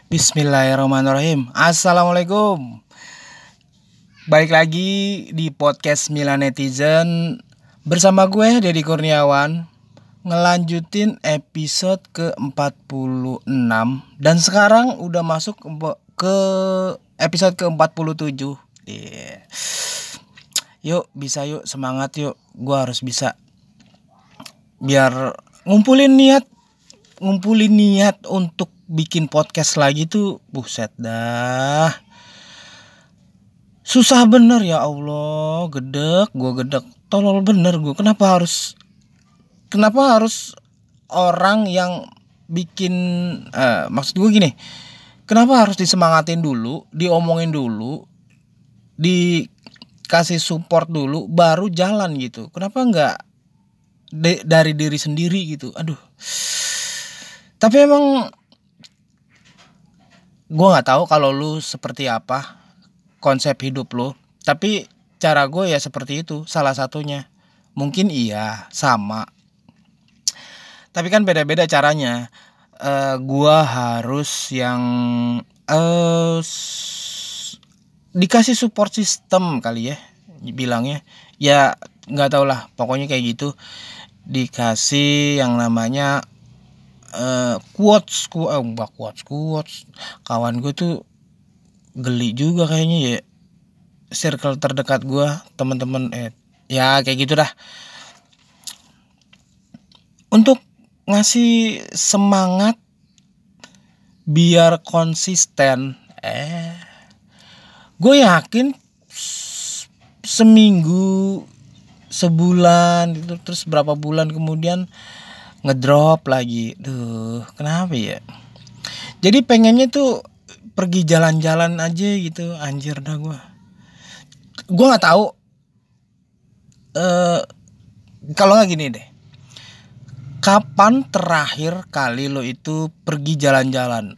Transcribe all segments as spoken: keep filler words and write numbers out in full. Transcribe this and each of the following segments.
Bismillahirrahmanirrahim. Assalamualaikum. Balik lagi di podcast Mila Netizen bersama gue Deddy Kurniawan, ngelanjutin episode ke empat puluh enam dan sekarang udah masuk ke episode ke empat puluh tujuh. Yeah. Yuk bisa yuk, semangat yuk. Gue harus bisa biar ngumpulin niat ngumpulin niat untuk bikin podcast lagi tuh, buset dah. Susah bener, ya Allah, gedek, gue gedek, tolol bener gue. Kenapa harus, kenapa harus orang yang bikin, eh, maksud gue gini, kenapa harus disemangatin dulu, diomongin dulu, dikasih support dulu, baru jalan gitu. Kenapa nggak de- dari diri sendiri gitu? Aduh. Tapi emang gue nggak tahu kalau lu seperti apa konsep hidup lu, tapi cara gue ya seperti itu, salah satunya. Mungkin iya sama, tapi kan beda-beda caranya. Uh, gue harus yang uh, s- dikasih support system kali ya, bilangnya. Ya nggak tau lah, pokoknya kayak gitu. Dikasih yang namanya Uh, quotes, ku, eh, enggak quotes, quotes. Kawan gue tuh geli juga kayaknya ya. Circle terdekat gue, teman-teman, eh, ya kayak gitu dah. Untuk ngasih semangat biar konsisten. Eh, gue yakin seminggu, sebulan itu, terus berapa bulan kemudian ngedrop lagi. Duh, kenapa ya? Jadi pengennya tuh pergi jalan-jalan aja gitu, anjir dah gue. Gue nggak tahu. Uh, kalau nggak gini deh, kapan terakhir kali lo itu pergi jalan-jalan?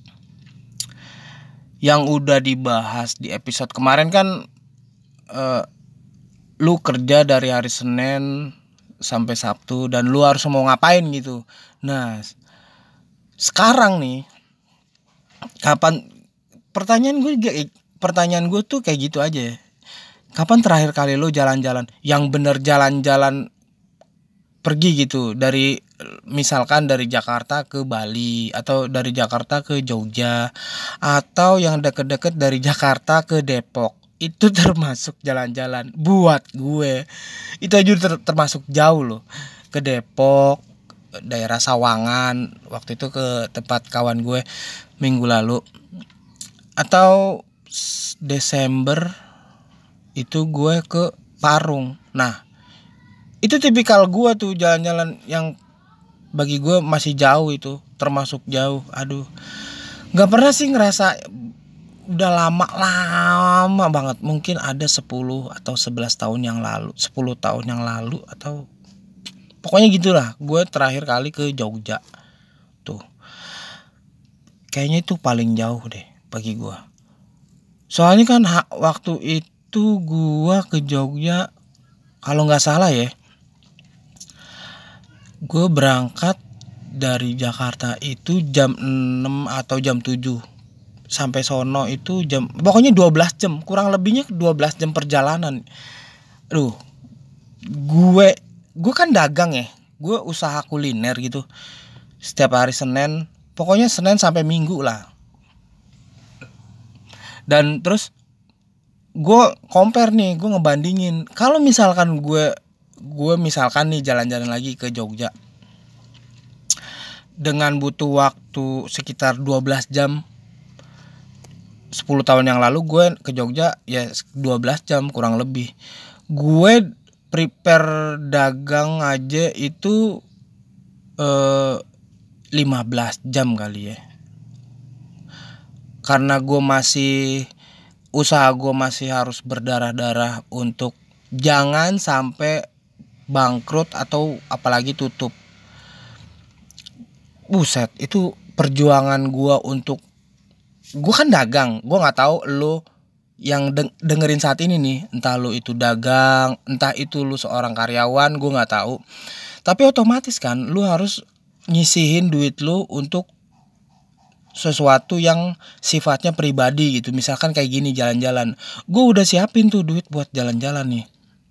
Yang udah dibahas di episode kemarin kan, uh, lu kerja dari hari Senin sampai Sabtu dan lu harus mau ngapain gitu. Nah, sekarang nih, kapan, pertanyaan gue pertanyaan gue tuh kayak gitu aja. Kapan terakhir kali lu jalan-jalan yang bener, jalan-jalan pergi gitu, dari misalkan dari Jakarta ke Bali, atau dari Jakarta ke Jogja, atau yang deket-deket dari Jakarta ke Depok? Itu termasuk jalan-jalan buat gue. Itu aja ter- termasuk jauh loh. Ke Depok, daerah Sawangan, waktu itu ke tempat kawan gue minggu lalu. Atau Desember itu gue ke Parung. Nah, itu tipikal gue tuh jalan-jalan yang bagi gue masih jauh, itu termasuk jauh. Aduh, nggak pernah sih ngerasa, udah lama lama banget, mungkin ada sepuluh atau sebelas tahun yang lalu, sepuluh tahun yang lalu, atau pokoknya gitulah, gue terakhir kali ke Jogja tuh. Kayaknya itu paling jauh deh bagi gue. Soalnya kan ha- waktu itu gue ke Jogja, kalau nggak salah ya, gue berangkat dari Jakarta itu jam enam atau jam tujuh. Sampai sono itu jam, pokoknya dua belas jam, kurang lebihnya dua belas jam perjalanan. Aduh, gue gue kan dagang ya, gue usaha kuliner gitu. Setiap hari Senin, pokoknya Senin sampai Minggu lah. Dan terus gue compare nih, gue ngebandingin. Kalau misalkan gue gue misalkan nih jalan-jalan lagi ke Jogja dengan butuh waktu sekitar dua belas jam, sepuluh tahun yang lalu gue ke Jogja ya dua belas jam kurang lebih. Gue prepare dagang aja itu eh, lima belas jam kali ya. Karena gue masih, usaha gue masih harus berdarah-darah untuk jangan sampai bangkrut atau apalagi tutup. Buset, itu perjuangan gue untuk, gue kan dagang, gue nggak tahu lo yang deng- dengerin saat ini nih, entah lo itu dagang, entah itu lo seorang karyawan, gue nggak tahu. Tapi otomatis kan lo harus nyisihin duit lo untuk sesuatu yang sifatnya pribadi gitu. Misalkan kayak gini, jalan-jalan, gue udah siapin tuh duit buat jalan-jalan nih.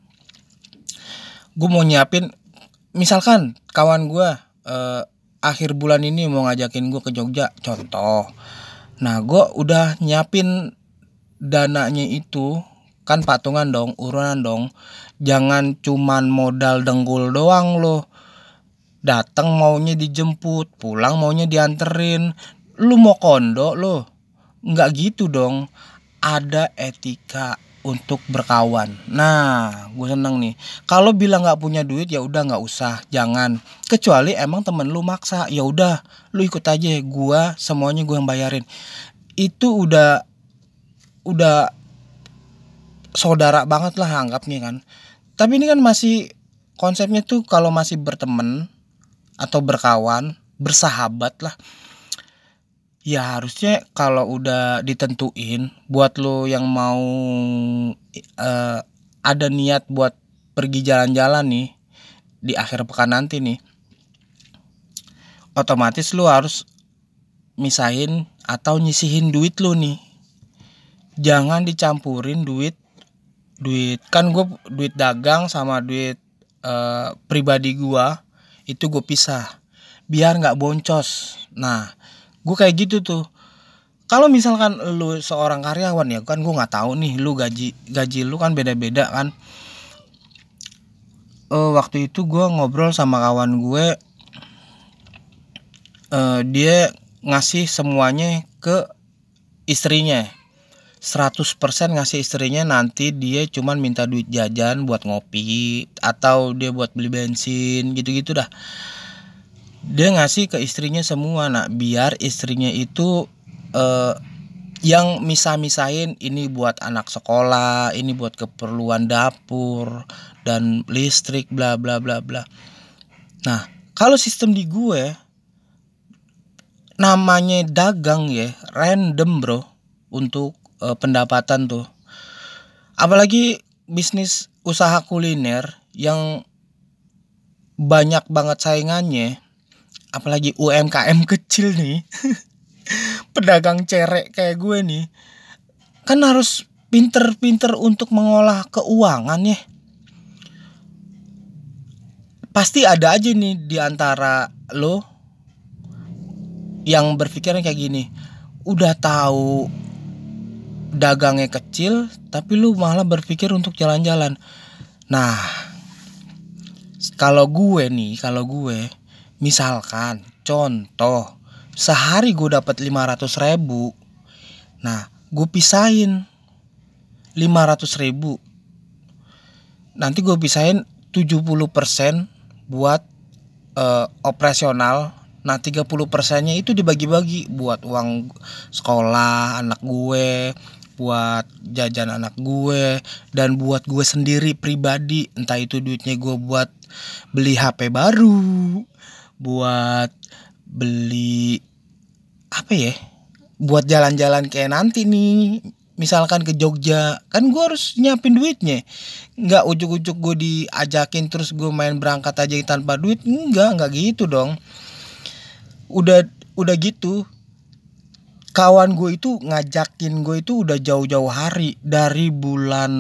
Gue mau nyiapin, misalkan kawan gue eh, akhir bulan ini mau ngajakin gue ke Jogja, contoh. Nah gue udah nyiapin dananya itu, kan patungan dong, urunan dong. Jangan cuman modal dengkul doang lo. Datang maunya dijemput, pulang maunya dianterin. Lu mau kondo lo? Nggak gitu dong. Ada etika untuk berkawan. Nah, gue seneng nih. Kalau bilang nggak punya duit ya udah nggak usah, jangan. Kecuali emang temen lu maksa, ya udah, lu ikut aja. Gua semuanya gue yang bayarin. Itu udah udah saudara banget lah anggapnya kan. Tapi ini kan masih konsepnya tuh kalau masih berteman atau berkawan, bersahabat lah. Ya harusnya kalau udah ditentuin buat lo yang mau uh, ada niat buat pergi jalan-jalan nih di akhir pekan nanti nih, otomatis lo harus misahin atau nyisihin duit lo nih. Jangan dicampurin duit duit kan gue duit dagang sama duit uh, pribadi gue itu gue pisah biar nggak boncos. Nah gue kayak gitu tuh. Kalau misalkan lu seorang karyawan ya kan, gue nggak tahu nih lu gaji gaji lu kan beda-beda kan. Uh, waktu itu gue ngobrol sama kawan gue, uh, dia ngasih semuanya ke istrinya, seratus persen ngasih istrinya. Nanti dia cuman minta duit jajan buat ngopi atau dia buat beli bensin gitu-gitu dah. Dia ngasih ke istrinya semua. Nah biar istrinya itu uh, yang misah-misahin, ini buat anak sekolah, ini buat keperluan dapur dan listrik bla bla bla bla. Nah kalau sistem di gue namanya dagang ya, random bro untuk uh, pendapatan tuh. Apalagi bisnis usaha kuliner yang banyak banget saingannya. Apalagi U M K M kecil nih, pedagang cerek kayak gue nih, kan harus pinter-pinter untuk mengolah keuangan ya. Pasti ada aja nih di antara lo yang berpikirnya kayak gini, udah tahu dagangnya kecil tapi lu malah berpikir untuk jalan-jalan. Nah kalau gue nih, kalau gue misalkan contoh sehari gue dapat lima ratus ribu, nah gue pisahin lima ratus ribu, nanti gue pisahin tujuh puluh persen buat uh, operasional. Nah tiga puluh persennya itu dibagi-bagi buat uang sekolah anak gue, buat jajan anak gue, dan buat gue sendiri pribadi. Entah itu duitnya gue buat beli H P baru, buat beli apa ya, buat jalan-jalan kayak nanti nih, misalkan ke Jogja, kan gue harus nyiapin duitnya. Nggak ujuk-ujuk gue diajakin terus gue main berangkat aja tanpa duit. Enggak, nggak gitu dong. Udah udah gitu kawan gue itu ngajakin gue itu udah jauh-jauh hari, dari bulan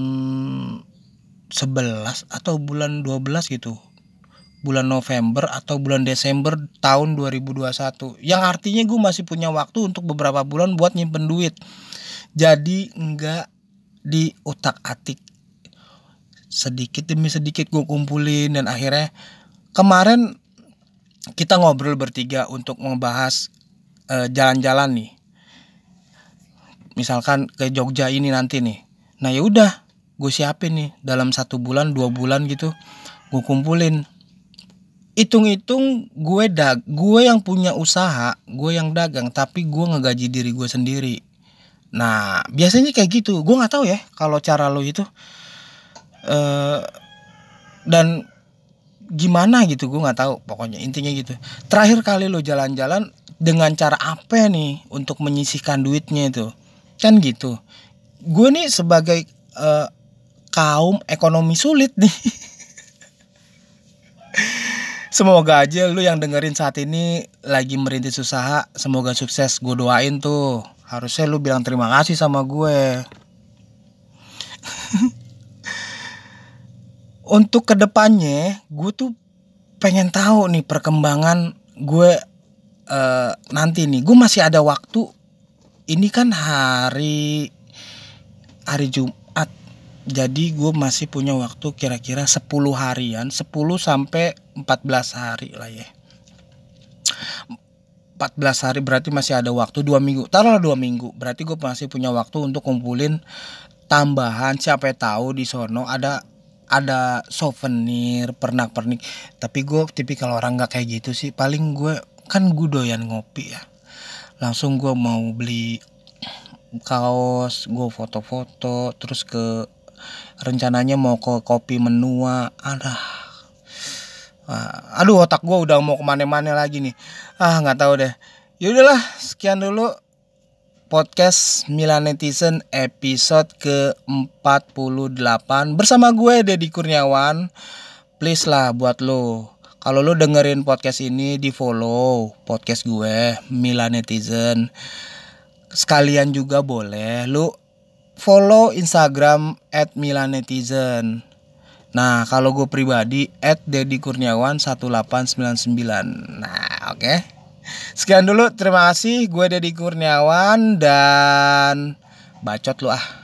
sebelas atau bulan dua belas gitu, bulan November atau bulan Desember tahun dua ribu dua puluh satu, yang artinya gue masih punya waktu untuk beberapa bulan buat nyimpen duit. Jadi enggak diutak-atik, sedikit demi sedikit gue kumpulin. Dan akhirnya kemarin kita ngobrol bertiga untuk membahas uh, jalan-jalan nih, misalkan ke Jogja ini nanti nih. Nah ya udah gue siapin nih dalam satu bulan dua bulan gitu, gue kumpulin. Hitung-hitung gue dag, gue yang punya usaha, gue yang dagang, tapi gue ngegaji diri gue sendiri. Nah biasanya kayak gitu. Gue nggak tahu ya kalau cara lo itu uh, dan gimana gitu, gue nggak tahu. Pokoknya intinya gitu. Terakhir kali lo jalan-jalan dengan cara apa nih untuk menyisihkan duitnya itu, kan gitu. Gue nih sebagai uh, kaum ekonomi sulit nih. Semoga aja lu yang dengerin saat ini lagi merintis usaha, semoga sukses. Gue doain tuh. Harusnya lu bilang terima kasih sama gue. Untuk kedepannya, gue tuh pengen tahu nih perkembangan gue uh, nanti nih. Gue masih ada waktu. Ini kan hari hari Jumat. Jadi gue masih punya waktu kira-kira sepuluh harian, sepuluh sampai empat belas hari lah ya. empat belas hari berarti masih ada waktu dua minggu. Taruhlah dua minggu. Berarti gue masih punya waktu untuk kumpulin tambahan, siapa tahu di sono ada ada souvenir, pernak-pernik. Tapi gue tipikal orang nggak kayak gitu sih. Paling gue kan gue doyan ngopi ya. Langsung gue mau beli kaos, gue foto-foto, terus ke rencananya mau ke kopi menua. Adah, aduh otak gue udah mau kemana-mana lagi nih. Ah nggak tahu deh. Yaudahlah, sekian dulu podcast Milan Netizen episode ke empat puluh delapan bersama gue Deddy Kurniawan. Please lah buat lo, kalau lo dengerin podcast ini, di follow podcast gue Milan Netizen. Sekalian juga boleh lo follow Instagram at Milan Netizen. Nah kalau gue pribadi at Deddy Kurniawan satu delapan sembilan sembilan. Nah oke okay. Sekian dulu, terima kasih. Gue Deddy Kurniawan dan bacot lu ah.